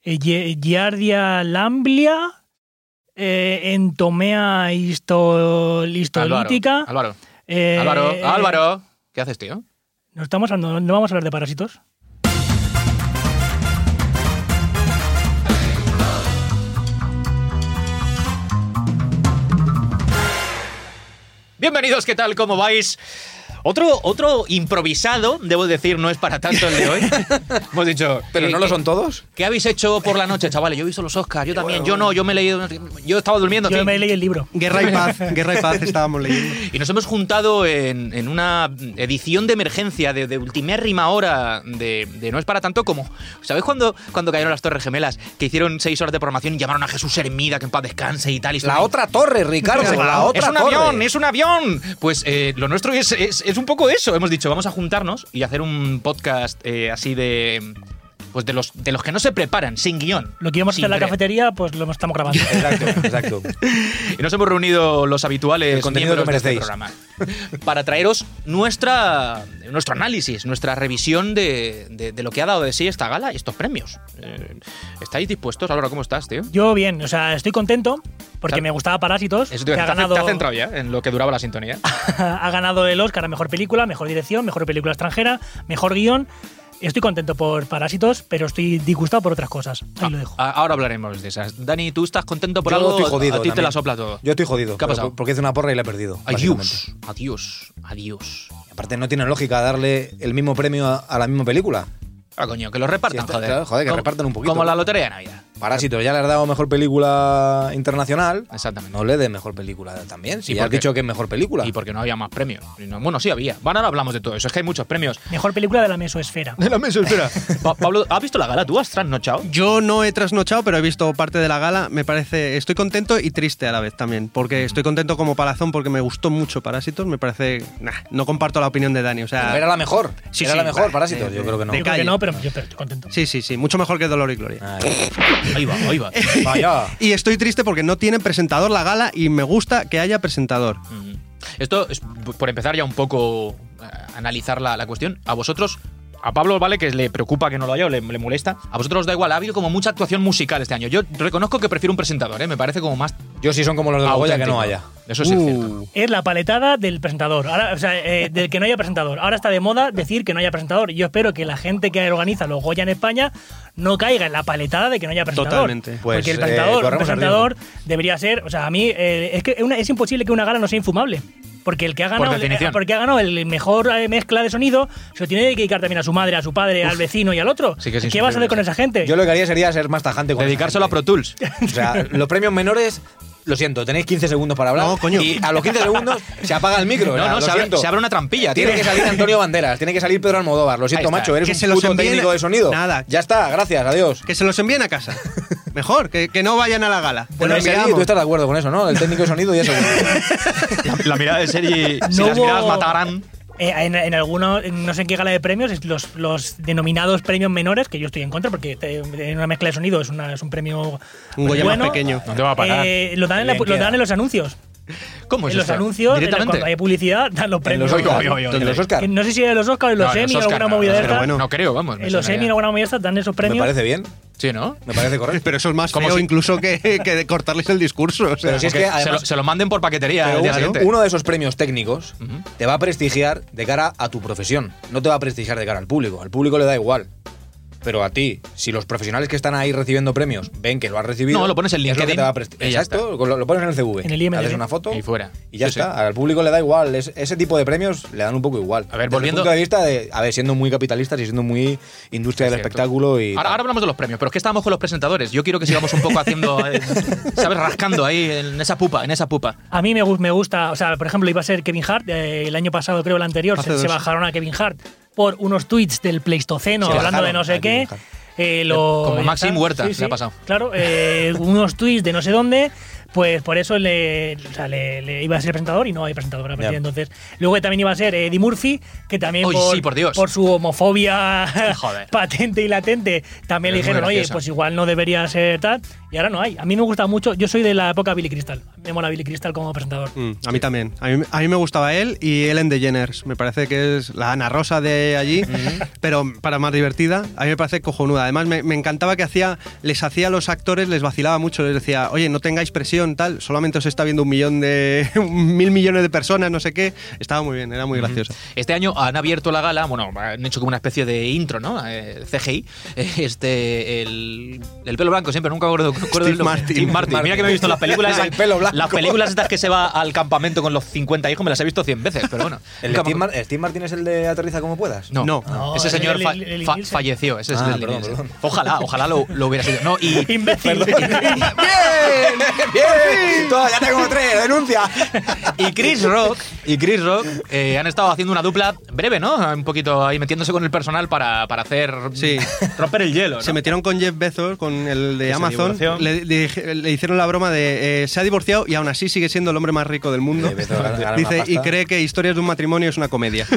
Giardia lamblia, entomea histolítica. Álvaro. Eh, Álvaro. ¿Qué haces, tío? ¿No vamos a hablar de parásitos? Bienvenidos, ¿qué tal? ¿Cómo vais? Otro improvisado, debo decir, no es para tanto el de hoy. Hemos dicho... ¿Pero no lo son todos? ¿Qué habéis hecho por la noche, chavales? Yo he visto los Oscars, yo también. Yo no, yo me he leído... Yo estaba durmiendo. Yo me leí el libro. Guerra y Paz estábamos leyendo. Y nos hemos juntado en una edición de emergencia de ultimérrima hora de No es para tanto como... ¿Sabéis cuando cayeron las Torres Gemelas? Que hicieron 6 horas de programación y llamaron a Jesús Hermida, que en paz descanse y tal. Y la otra torre, Ricardo, la otra ¡Es un torre. avión! ¡Es un avión! Pues lo nuestro es un poco eso. Hemos dicho, vamos a juntarnos y hacer un podcast así de... Pues de los que no se preparan, sin guión. Lo que íbamos a hacer en la cafetería, pues lo estamos grabando. Exacto. Y nos hemos reunido los habituales El contenido miembros que de este programa para traeros nuestro análisis, nuestra revisión de lo que ha dado de sí esta gala y estos premios. ¿Estáis dispuestos? Álvaro, ¿cómo estás, tío? Yo bien, o sea, estoy contento porque me gustaba Parásitos. Eso te ha centrado ya en lo que duraba la sintonía. Ha ganado el Oscar a Mejor Película, Mejor Dirección, Mejor Película Extranjera, Mejor Guión. Estoy contento por Parásitos, pero estoy disgustado por otras cosas. Ahí lo dejo. Ahora hablaremos de esas. Dani, ¿tú estás contento por Yo algo? estoy jodido A ti te también. la sopla todo. Yo estoy jodido. ¿Qué ha pasado? Porque hice una porra y la he perdido. Adiós. Y aparte no tiene lógica darle el mismo premio a la misma película. Ah, coño, que lo repartan, Sí, joder. claro, que repartan un poquito. Como la lotería de Navidad. Parásitos, ya le has dado mejor película internacional. Exactamente. No le dé mejor película también. Si ¿Y ya por has qué? dicho que es mejor película. Y porque no había más premios. Bueno, sí había. Bueno, ahora hablamos de todo eso. Es que hay muchos premios. Mejor Película de la Mesoesfera. De la mesa, espera. Pablo, ¿has visto la gala? ¿Tú has trasnochado? Yo no he trasnochado, pero he visto parte de la gala. Me parece... Estoy contento y triste a la vez también. Porque estoy contento como palazón porque me gustó mucho Parásitos. Me parece... no comparto la opinión de Dani. O sea... Era la mejor. Sí, Era sí, la mejor, vale. Parásitos. Yo creo que no. De Yo creo que calle. no, pero yo estoy contento. Sí. Mucho mejor que Dolor y Gloria. Ahí va. Vaya. Y estoy triste porque no tiene presentador la gala y me gusta que haya presentador. Esto es por empezar ya un poco a analizar la cuestión. A vosotros, a Pablo, vale, que le preocupa que no lo haya o le molesta. A vosotros os da igual. Ha habido como mucha actuación musical este año. Yo reconozco que prefiero un presentador, me parece como más Yo sí son como los de la Goya que no auténtico. haya. Eso sí es cierto. Es la paletada del presentador. Ahora, o sea, del que no haya presentador. Ahora está de moda decir que no haya presentador. Y yo espero que la gente que organiza los Goya en España no caiga en la paletada de que no haya presentador. Totalmente. Pues, Porque el presentador, corremos el presentador debería ser. O sea, a mí es que es imposible que una gala no sea infumable. Porque el que ha ganado, Por definición. porque ha ganado el mejor mezcla de sonido se lo tiene que dedicar también a su madre, a su padre, al vecino y al otro. Sí que es ¿Qué vas a hacer con insufrible. esa gente? Yo lo que haría sería ser más tajante con Dedicárselo a esa Pro Tools. gente. O sea, los premios menores, lo siento, tenéis 15 segundos para hablar. No, coño. Y a los 15 segundos se apaga el micro. o sea, No, lo se siento. abre una trampilla, tío. Tiene que salir Antonio Banderas, tiene que salir Pedro Almodóvar. Lo siento, Ahí está. macho, eres Que un se los puto envíen- técnico de sonido. Nada. Ya está, gracias, adiós. Que se los envíen a casa. Mejor, que no vayan a la gala. Bueno, Te lo Sergi, enviamos. tú estás de acuerdo con eso, ¿no? El técnico de sonido y eso. La mirada de Sergi, si No las hubo- miradas mataran. En algunos, no sé en qué gala de premios, los denominados premios menores, que yo estoy en contra, porque en una mezcla de sonido es un premio Un Goya bueno. más pequeño. No te va a parar. Lo dan Bien lo queda. dan en los anuncios. ¿Cómo es En los esto? anuncios, Directamente. cuando hay publicidad, dan los En premios. los Oscar. Oye. En los Oscar. Que no sé si en los Oscar, en los No, Emmy o Oscar alguna no, movida de pero esta. bueno. No creo, vamos. En los Emmy o alguna movida de esta dan esos Me premios. parece bien, Sí, ¿no? me parece correcto. Pero eso es más Como feo si- incluso que de cortarles el discurso. O sea, Pero si es Porque que además- se lo manden por paquetería Pero al día siguiente. uno de esos premios técnicos Ujú. te va a prestigiar de cara a tu profesión. No te va a prestigiar de cara al público. Al público le da igual. Pero a ti, si los profesionales que están ahí recibiendo premios ven que lo has recibido, No, lo pones en es lo que LinkedIn te va a prestigiar. y ya Exacto, lo pones en el CV. En el IMDb. Haces una foto Y fuera. y ya Sí, está. sí. Al público le da igual. Ese tipo de premios le dan un poco igual. A ver, Desde volviendo- el punto de vista de, a ver, siendo muy capitalistas y siendo muy industria Es del cierto. espectáculo y. Ahora hablamos de los premios, pero es que estábamos con los presentadores. Yo quiero que sigamos un poco haciendo, ¿sabes? Rascando ahí en esa pupa, A mí me gusta, o sea, por ejemplo, iba a ser Kevin Hart, el año pasado, creo, el anterior, Hace se dos. bajaron a Kevin Hart por unos tweets del Pleistoceno Se hablando de bajaron no sé a Kevin qué. Hart. Como Ya Maxim está. Huerta, le ha pasado. Claro, unos tweets de no sé dónde, pues por eso le iba a ser presentador y no hay presentador a partir de Ya. entonces. Luego también iba a ser Eddie Murphy, que también Uy, sí, por Dios. por su homofobia Joder. patente y latente, también le Es muy dijeron, oye, graciosa. pues igual no debería ser tal, y ahora no hay. A mí me gusta mucho, yo soy de la época Billy Crystal. me mola Billy Crystal como presentador. A mí también. A mí me gustaba él y Ellen DeGeneres. Me parece que es la Ana Rosa de allí, pero para más divertida. A mí me parece cojonuda. Además, me encantaba que les hacía a los actores, les vacilaba mucho. Les decía, oye, no tengáis presión, tal. Solamente os está viendo 1.000 millones de personas, no sé qué. Estaba muy bien, era muy gracioso. Este año han abierto la gala, bueno, han hecho como una especie de intro, ¿no? CGI. El pelo blanco, siempre, nunca me acuerdo del nombre. Steve Martin. Mira que me he visto las películas. El pelo blanco. Las películas estas que se va al campamento con los 50 hijos me las he visto 100 veces, pero bueno. ¿Steve Martin es el de Aterriza como puedas? No. Ese señor falleció. Ese es el perdón. Ojalá lo hubiera sido. No, y ¡Imbécil! ¡Bien! Ya tengo 3, denuncia. Y Chris Rock han estado haciendo una dupla breve, ¿no? Un poquito ahí metiéndose con el personal para hacer romper el hielo, ¿no? Se metieron con Jeff Bezos, con el de Amazon. Le hicieron la broma de se ha divorciado y aún así sigue siendo el hombre más rico del mundo. Dice, y cree que Historias de un matrimonio es una comedia.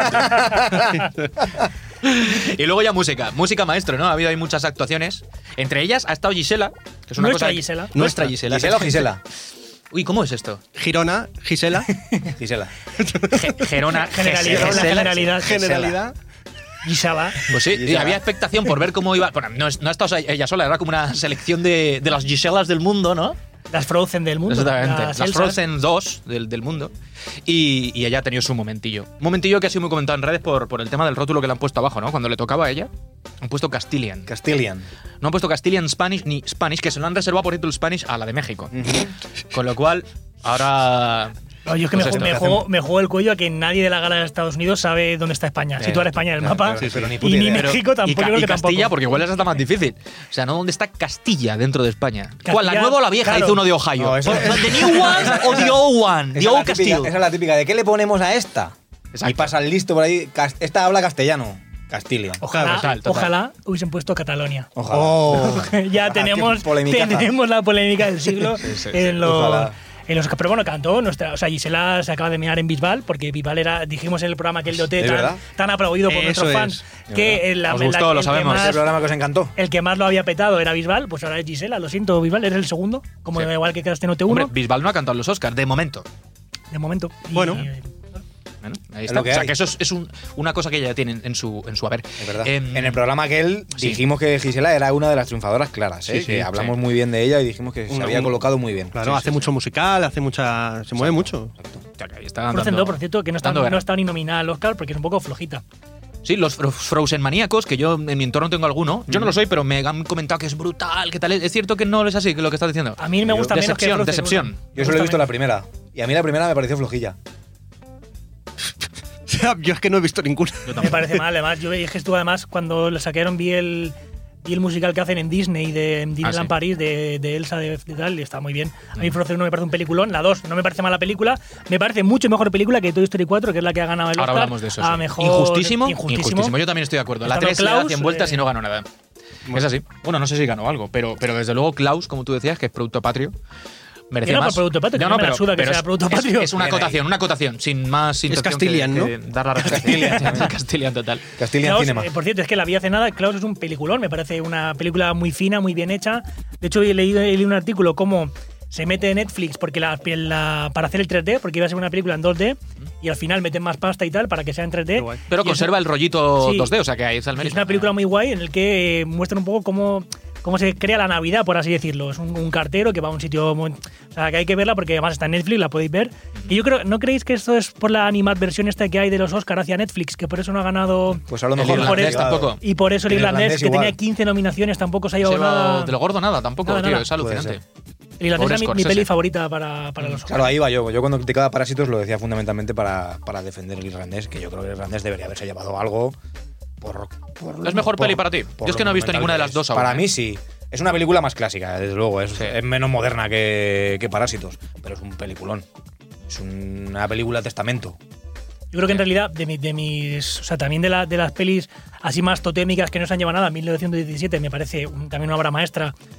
Y luego ya música maestro, ¿no? Ha habido ahí muchas actuaciones. Entre ellas ha estado Gisela, que es una Nuestra cosa. Gisela. Nuestra Gisela. ¿Gisela o Gisela? Uy, ¿cómo es esto? Gisela. Gisela. Gerona. Generalidad. Gisela. Pues sí, y había expectación por ver cómo iba. Bueno, no ha estado ella sola, era como una selección de las Giselas del mundo, ¿no? Las Frozen del mundo. Exactamente. Las Elsas. Frozen 2 del mundo. Y ella ha tenido su momentillo. Un momentillo que ha sido muy comentado en redes por el tema del rótulo que le han puesto abajo, ¿no? Cuando le tocaba a ella, han puesto Castilian. No han puesto Castilian Spanish ni Spanish, que se lo han reservado por título Spanish a la de México. Con lo cual, ahora. No, yo es que pues me juego el cuello a que nadie de la gala de Estados Unidos sabe dónde está España. Situar España en el mapa. Pero ni y puta ni idea. México tampoco. Y Castilla, porque igual es hasta más difícil. O sea, ¿no? ¿Dónde está Castilla dentro de España? ¿Cuál? ¿La nueva o la vieja? Claro. Dice uno de Ohio. No, eso- ¿The new one o the old one? The old Castillo. Esa es la típica. ¿De qué le ponemos a esta? Exacto. Y pasa el listo por ahí. Esta habla castellano. Castilian. Total. Ojalá hubiesen puesto Catalonia. Ojalá. Ya tenemos la polémica del siglo en los. Ojalá. Pero bueno, cantó nuestra. O sea, Gisela se acaba de mear en Bisbal, porque Bisbal era, dijimos en el programa aquel de OT, ¿Es verdad? tan aplaudido por nuestros fans, que Os gustó, lo sabemos. Ese programa que os encantó. el que más lo había petado era Bisbal, pues ahora es Gisela. Lo siento, Bisbal, eres el segundo, como Sí. igual que quedaste en OT1, Hombre, Bisbal no ha cantado en los Oscars, de momento. de momento. Bueno. Bueno, ahí Es está. lo que O sea, hay. que eso es una cosa que ella tiene en su haber. Es verdad. Em, En el programa aquel sí. dijimos que Gisela era una de las triunfadoras claras, ¿eh? Sí, que hablamos sí. muy bien de ella y dijimos que se había colocado muy bien. Claro, hace mucho musical, se mueve mucho. o sea, que ahí está Frozen dando- 2, por cierto, que no está dando guerra. ni nominada al Oscar porque es un poco flojita. Sí, los Frozen maníacos, que yo en mi entorno tengo alguno. Yo no lo soy, pero me han comentado que es brutal, que tal. Es cierto que no es así, que lo que estás diciendo. A mí me gusta menos que Frozen. Decepción. Yo solo he visto la primera. Y a mí la primera me pareció flojilla. Yo es que no he visto ninguna. Me parece mal, además. Yo es que estuve, además, cuando le sacaron, vi el musical que hacen en Disney, de Disneyland sí. París, de Elsa, de tal, y está muy bien. A mí Frozen 1 me parece un peliculón, la 2 no me parece mala película, me parece mucho mejor película que Toy Story 4, que es la que ha ganado el Ahora Oscar. hablamos de eso. A sí. mejor, Injustísimo. Yo también estoy de acuerdo. La Estando 3 le da Klaus, 100 vueltas y no ganó nada. Es así. Bueno, no sé si ganó algo, pero desde luego Klaus, como tú decías, que es producto patrio, merecía Yo no más. por producto patrio, que no me la suda que sea producto patrio. Es una acotación, sin más intención Castilian, que dar la respuesta. Castilian total. Castilian Klaus, Cinema. por cierto, es que la vi hace nada. Klaus es un peliculón, me parece una película muy fina, muy bien hecha. De hecho, he leído un artículo cómo se mete Netflix porque para hacer el 3D, porque iba a ser una película en 2D, y al final meten más pasta y tal para que sea en 3D. guay. Pero Y es- conserva el rollito Sí. 2D, o sea que ahí está el mérito. Es una película muy guay en el que muestran un poco cómo se crea la Navidad, por así decirlo. Es un cartero que va a un sitio o sea, que hay que verla porque además está en Netflix, la podéis ver. Y yo creo, ¿no creéis que esto es por la animadversión esta que hay de los Oscars hacia Netflix, que por eso no ha ganado? Pues a lo El mejor irlandés la- tampoco. Y por eso el El irlandés, irlandés que igual. tenía 15 nominaciones, tampoco se ha Se llevado nada. de lo gordo nada, tampoco, Nada, tío. nada. Es alucinante. El irlandés Pobre es mi Scorsese. peli favorita para los Oscars. Claro, ahí va yo. Yo cuando criticaba Parásitos lo decía fundamentalmente para defender el irlandés, que yo creo que el irlandés debería haberse llevado algo por ¿Es mejor peli para ti? por Yo es que lo no he visto monumental ninguna de que las es. dos aún, Para ¿eh? mí sí. Es una película más clásica, desde luego. Es menos moderna que Parásitos, pero es un peliculón. Es una película testamento. Yo creo que en realidad, o sea, también de las pelis así más totémicas que no se han llevado nada, 1917 me parece también una obra maestra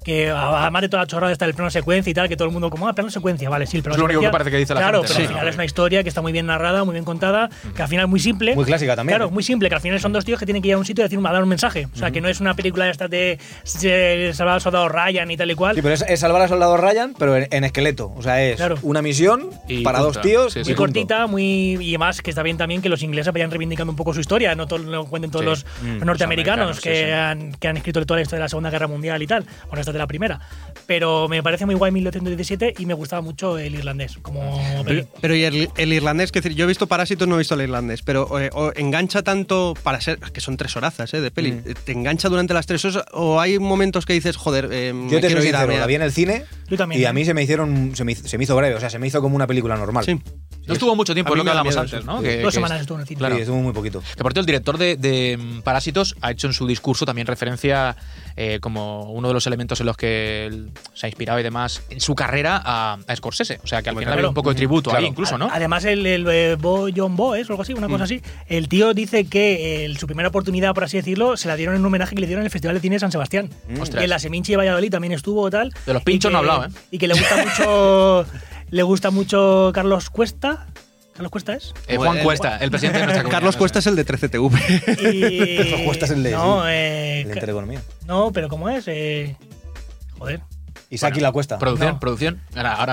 que además de toda la chorrada está el plano secuencia y tal, que todo el mundo como, plano secuencia, vale, sí, el plano Es lo único secuencia, que parece que dice la claro, gente, pero ¿no? al final es una historia que está muy bien narrada, muy bien contada, que al final es muy simple. Muy clásica también. Claro, muy simple, que al final son dos tíos que tienen que ir a un sitio y decir, dar un mensaje. O sea, que no es una película de estas de salvar al soldado Ryan y tal y cual. Sí, pero es salvar al soldado Ryan, pero en esqueleto. O sea, es Claro. una misión Y para punto. dos tíos. Sí, y sí. Muy punto. cortita, y además que está bien también que los ingleses vayan reivindicando un poco su historia, no lo cuenten todos Sí. los Los norteamericanos americanos, que han escrito toda la historia de la Segunda Guerra Mundial y tal, bueno, esta es de la primera. Pero me parece muy guay 1917 y me gustaba mucho el irlandés como peli. Pero y el irlandés, que decir, yo he visto Parásitos, no he visto el irlandés, pero o engancha tanto para ser, que son 3 horazas de peli, ¿te engancha durante las 3 horas o hay momentos que dices, joder, Yo te soy sincero, mirar? la vi en el cine Yo también. y a mí se me hizo breve, o sea, se me hizo como una película normal. Sí. No estuvo mucho tiempo, A es mí lo que me da hablamos miedo antes, eso. ¿no? Sí. Que 2 semanas estuvo en el cine. Sí, estuvo muy poquito. Que por cierto, el director de Parásitos ha hecho en su discurso también referencia como uno de los elementos en los que él se ha inspirado y demás en su carrera a Scorsese. O sea, que al final había un poco de tributo ahí incluso, ¿no? Además, el John Boes o algo así, una cosa así, el tío dice que su primera oportunidad, por así decirlo, se la dieron en un homenaje que le dieron en el Festival de Cine de San Sebastián. Ostras. Y en la Seminci de Valladolid también estuvo tal. De los pinchos y no ha que- hablado, ¿eh? Y que le gusta mucho le gusta mucho Carlos Cuesta. ¿Carlos Cuesta es? Juan Cuesta, el presidente de nuestra comunidad. Carlos Cuesta es el de 13TV. Y, Carlos Cuesta es el de no, el de Intereconomía. no, pero ¿cómo es? Joder. Isaki La Cuesta. Producción, No. producción. Ahora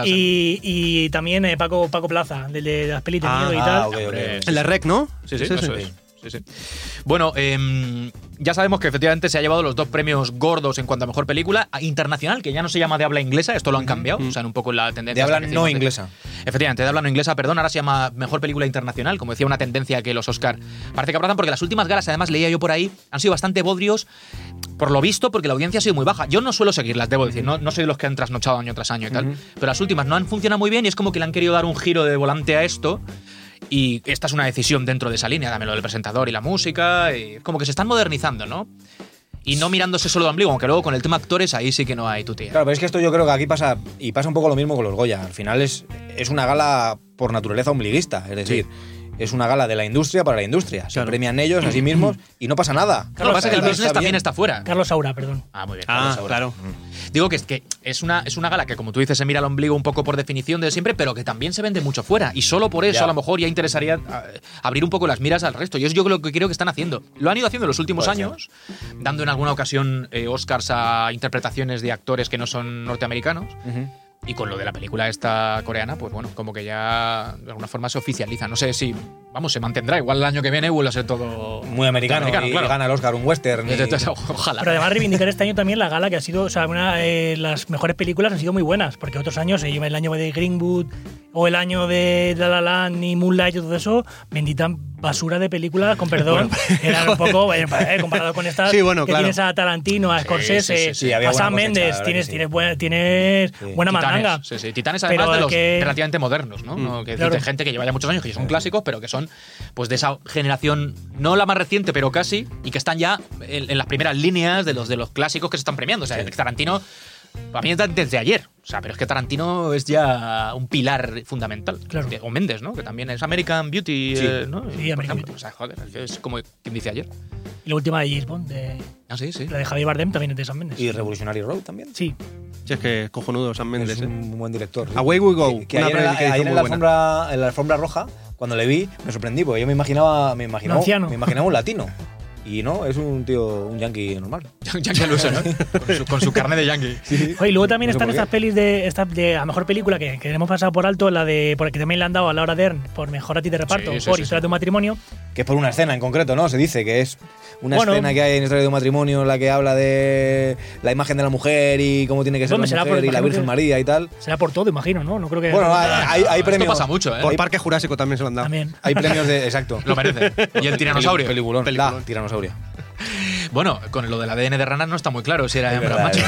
Y también Paco Plaza, del de las pelis de miedo y tal. ok, ok. Hombre, El de Rec, ¿no? Sí, sí, Ese. eso es. Sí, sí. Bueno, ya sabemos que efectivamente se ha llevado los 2 premios gordos en cuanto a mejor película internacional, que ya no se llama de habla inglesa, esto lo han cambiado, o sea, en un poco la tendencia. De habla que no decimos inglesa. Efectivamente, de habla no inglesa, perdón, ahora se llama mejor película internacional, como decía, una tendencia que los Oscar parece que abrazan, porque las últimas galas, además leía yo por ahí, han sido bastante bodrios, por lo visto, porque la audiencia ha sido muy baja. Yo no suelo seguirlas, debo decir, no soy de los que han trasnochado año tras año y tal, pero las últimas no han funcionado muy bien y es como que le han querido dar un giro de volante a esto. Y esta es una decisión dentro de esa línea, dámelo del presentador y la música, y como que se están modernizando, ¿no? Y no mirándose solo de ombligo, aunque luego con el tema actores ahí sí que no hay tutía. Claro, pero es que esto yo creo que aquí pasa, y pasa un poco lo mismo con los Goya. Al final es una gala por naturaleza ombliguista, es decir, es una gala de la industria para la industria. Se Claro. premian ellos a sí mismos y no pasa nada. Lo que pasa es que el Está business también bien. está fuera. Carlos Saura, perdón. Ah, muy bien. Ah, Carlos, claro. Digo que es una gala que, como tú dices, se mira al ombligo un poco por definición de siempre, pero que también se vende mucho fuera. Y solo por eso Ya. a lo mejor ya interesaría abrir un poco las miras al resto. Y es yo lo que creo que están haciendo. Lo han ido haciendo en los últimos Puede ser. años, dando en alguna ocasión Oscars a interpretaciones de actores que no son norteamericanos. Ujú. Y con lo de la película esta coreana, pues bueno, como que ya de alguna forma se oficializa. No sé si, vamos, se mantendrá. Igual el año que viene vuelve a ser todo Muy americano, y claro. gana el Oscar un western. y- Ojalá. Pero además reivindicar este año también la gala que ha sido, o sea, las mejores películas han sido muy buenas, porque otros años, el año de Greenwood o el año de La La Land y Moonlight y todo eso, bendita basura de películas, con perdón, eran un poco, comparado con estas Sí, bueno, que claro. tienes a Tarantino, a Scorsese, sí, había a buena Sam cosecha, Mendes, la verdad tienes, que sí. tienes buena mandanga. Titanes, sí, sí. Titanes además Pero de los que- relativamente modernos, ¿no? No, que claro. de gente que lleva ya muchos años, que ya son clásicos, pero que son pues de esa generación, no la más reciente, pero casi, y que están ya en las primeras líneas de los clásicos que se están premiando. O sea, Tarantino, para mí es desde ayer. O sea, pero es que Tarantino es ya un pilar fundamental. Claro. O Méndez, ¿no? Que también es American Beauty, Sí. ¿no? Sí, Por American ejemplo. Beauty. O sea, joder, es como quien dice ayer. Y la última de James Bond, Ah, sí, sí. la de Javier Bardem, también es de Sam Mendes. Y Revolutionary Road también. Sí. Sí, es que cojonudo Sam Mendes, Es un buen director. Away We Go. Que una ayer, en peli que hizo ayer muy buena. en la alfombra roja, cuando le vi, me sorprendí, porque yo me imaginaba anciano. un latino. Y no, es un tío, un yankee normal. Yankee al uso, ¿no? Con su carne de yankee. Oye, y luego también No sé están por qué. estas pelis de la mejor película que hemos pasado por alto, la de porque también le han dado a Laura Dern por mejor actriz de reparto, Sí, sí, por sí, Historia sí. de un matrimonio. Que es por una escena en concreto, ¿no? Se dice que es una Bueno. escena que hay en Historia de un matrimonio en la que habla de la imagen de la mujer y cómo tiene que ser Hombre, la será mujer por- y la por Virgen ejemplo, María y tal. Será por todo, imagino, ¿no? No creo que. Bueno, hay Esto premios. pasa mucho, ¿eh? Por Parque Jurásico también se lo han dado. también. Hay premios de. Exacto. Lo merece. Y el tiranosaurio. Peliculón. Peliculón. La tiranosaurio. Bueno, con lo del ADN de ranas no está muy claro si era Es hembra o verdad,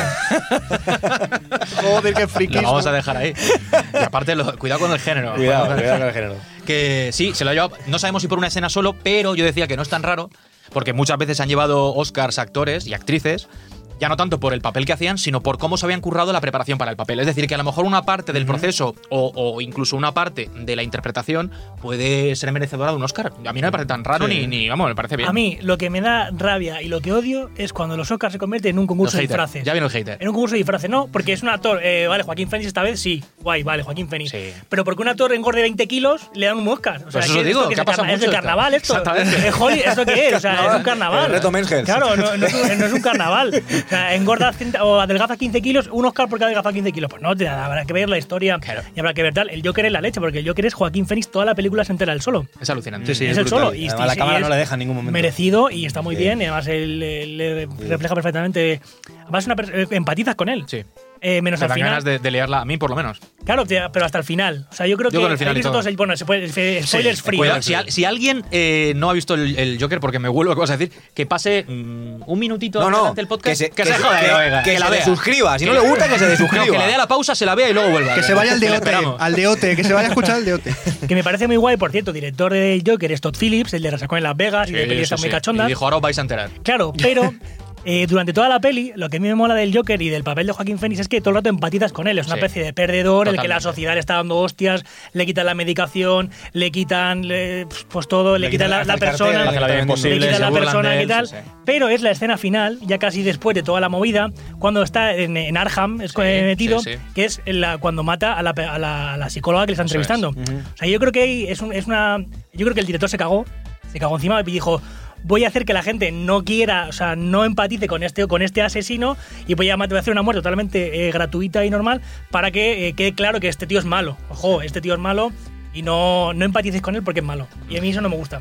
macho. Joder, qué friki. Lo vamos a dejar ahí. Y aparte, cuidado con el género. Cuidado con el género. Que sí, se lo ha llevado. No sabemos si por una escena solo, pero yo decía que no es tan raro, porque muchas veces han llevado Oscars a actores y actrices Ya no tanto por el papel que hacían, sino por cómo se habían currado la preparación para el papel. Es decir, que a lo mejor una parte del proceso o incluso una parte de la interpretación puede ser merecedora de un Oscar. A mí no me parece tan raro ni vamos, me parece bien. A mí lo que me da rabia y lo que odio es cuando los Oscars se convierten en un concurso de disfraces. Ya viene el hater. En un concurso de disfraces, no, porque es un actor, vale, Joaquín Phoenix esta vez, sí, guay, vale, Joaquín Phoenix. Sí. Pero porque un actor engorde 20 kilos, le dan un Oscar. O sea, Pues eso digo, que ha pasado es mucho el esto. carnaval esto. Exactamente. Es Holly, ¿esto qué es? O sea, es un carnaval. El reto Men's Health. Claro, no es un carnaval. O sea, engordas o adelgazas 15 kilos, un Oscar porque adelgazas 15 kilos. Pues no, habrá que ver la historia y habrá que ver tal. El Joker es la leche, porque el Joker es Joaquín Phoenix, toda la película se entera él solo. Es alucinante. Sí, es es el brutal. solo. Y Además, la cámara no le deja en ningún momento. Merecido y está muy Sí. bien. Y además él le refleja perfectamente. Además, empatizas con él. Sí. Menos Te al dan final. ganas de liarla, a mí por lo menos. Claro, pero hasta el final. O sea, yo creo Yo que. con el final ¿habéis y visto todo. todos bueno, se puede, spoilers free. Cuidado, ¿no? si alguien no ha visto el Joker, porque me vuelvo a cosa a decir, que pase un minutito No, durante el podcast. que se joda, oiga, que la se vea. desuscriba. Si no le gusta, que se desuscriba. No, que le dé a la pausa, se la vea y luego vuelva. Que se vaya al Que le deote, esperamos. que se vaya a escuchar al deote. Que me parece muy guay, por cierto. Director del Joker es Todd Phillips, el de Resacón en Las Vegas y de Sí, películas sí, muy sí. cachondas. Y dijo, ahora os vais a enterar. Claro, pero durante toda la peli, lo que a mí me mola del Joker y del papel de Joaquín Phoenix es que todo el rato empatizas con él. Es una Sí. especie de perdedor, el que la Totalmente. sociedad le está dando hostias, le quitan la medicación, le quitan pues todo, le quitan la hasta el persona, cartel, Hace la vida le imposible, quitan se la burlan persona de y él, tal. sí, sí. Pero es la escena final, ya casi después de toda la movida, cuando está en Arkham metido, sí, sí. que es cuando mata a la psicóloga que le está Eso es. entrevistando. O sea, yo creo que ahí yo creo que el director se cagó encima y dijo: voy a hacer que la gente no quiera, o sea, no empatice con este asesino y voy a hacer una muerte totalmente gratuita y normal para que quede claro que este tío es malo. Ojo, este tío es malo y no empatices con él porque es malo. Y a mí eso no me gusta.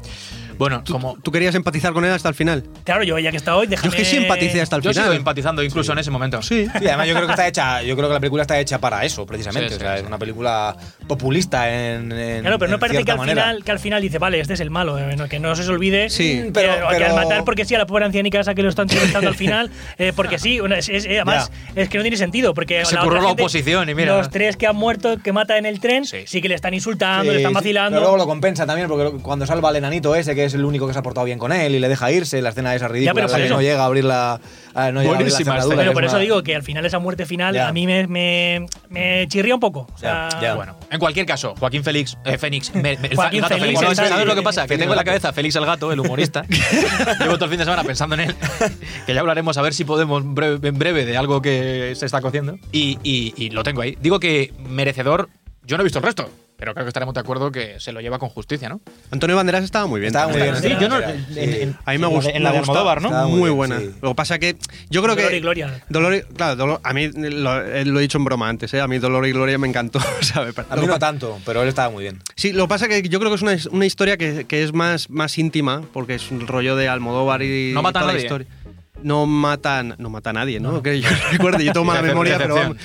Bueno, como ¿Tú querías empatizar con él hasta el final? Claro, yo ya que está hoy, Yo déjame... es que sí empaticé hasta el yo sigo final. empatizando incluso en ese momento. Sí. Sí, además yo creo que la película está hecha para eso, precisamente. Sí, sí, o sea, sí. es una película populista en Claro, pero no en parece cierta manera. que al final dice, vale, este es el malo, que no se os olvide. Sí, que- pero- que al matar porque sí a la pobre ancianica esa que lo están entrevistando al final, porque sí, además es que no tiene sentido, porque Se la curró otra la gente, oposición y mira. los tres que han muerto, que mata en el tren, Sí. sí que le están insultando, Sí, le están sí, vacilando. pero luego lo compensa también, porque cuando salva al enanito ese, que es el único que se ha portado bien con él, y le deja irse, la escena esa ridícula, pero en la por que eso. no llega a abrir la, no llega a abrir la Buenísima cerradura, escena. que Pero es por eso una- digo que al final esa muerte final Ya. a mí me chirría un poco. O sea, Ya. Bueno, en cualquier caso, Joaquín Fénix, Joaquín el gato Félix, Félix. el ¿Sabes lo que Félix, pasa? Que Félix tengo en la el gato. cabeza a Félix el gato, el humorista. Llevo todo el fin de semana pensando en él. Que ya hablaremos a ver si podemos en breve de algo que se está cociendo. Y lo tengo ahí. Digo que merecedor. Yo no he visto el resto, pero creo que estaremos de acuerdo que se lo lleva con justicia, ¿no? Antonio Banderas estaba muy bien. Estaba muy también. bien. Sí, yo no. Sí. A mí me gusta. En la de Almodóvar, ¿no? Estaba muy Muy bien, buena. sí. Lo que pasa que yo creo Dolor que y Gloria. Claro, a mí lo he dicho en broma antes, ¿eh? A mí Dolor y Gloria me encantó, ¿sabes? A mí no tanto, pero él estaba muy bien. Sí, lo que pasa que yo creo que es una historia que es más íntima, porque es un rollo de Almodóvar y No mata a toda la nadie. historia. No mata a nadie, ¿no? Que yo recuerde, yo tengo mala memoria, pero vamos.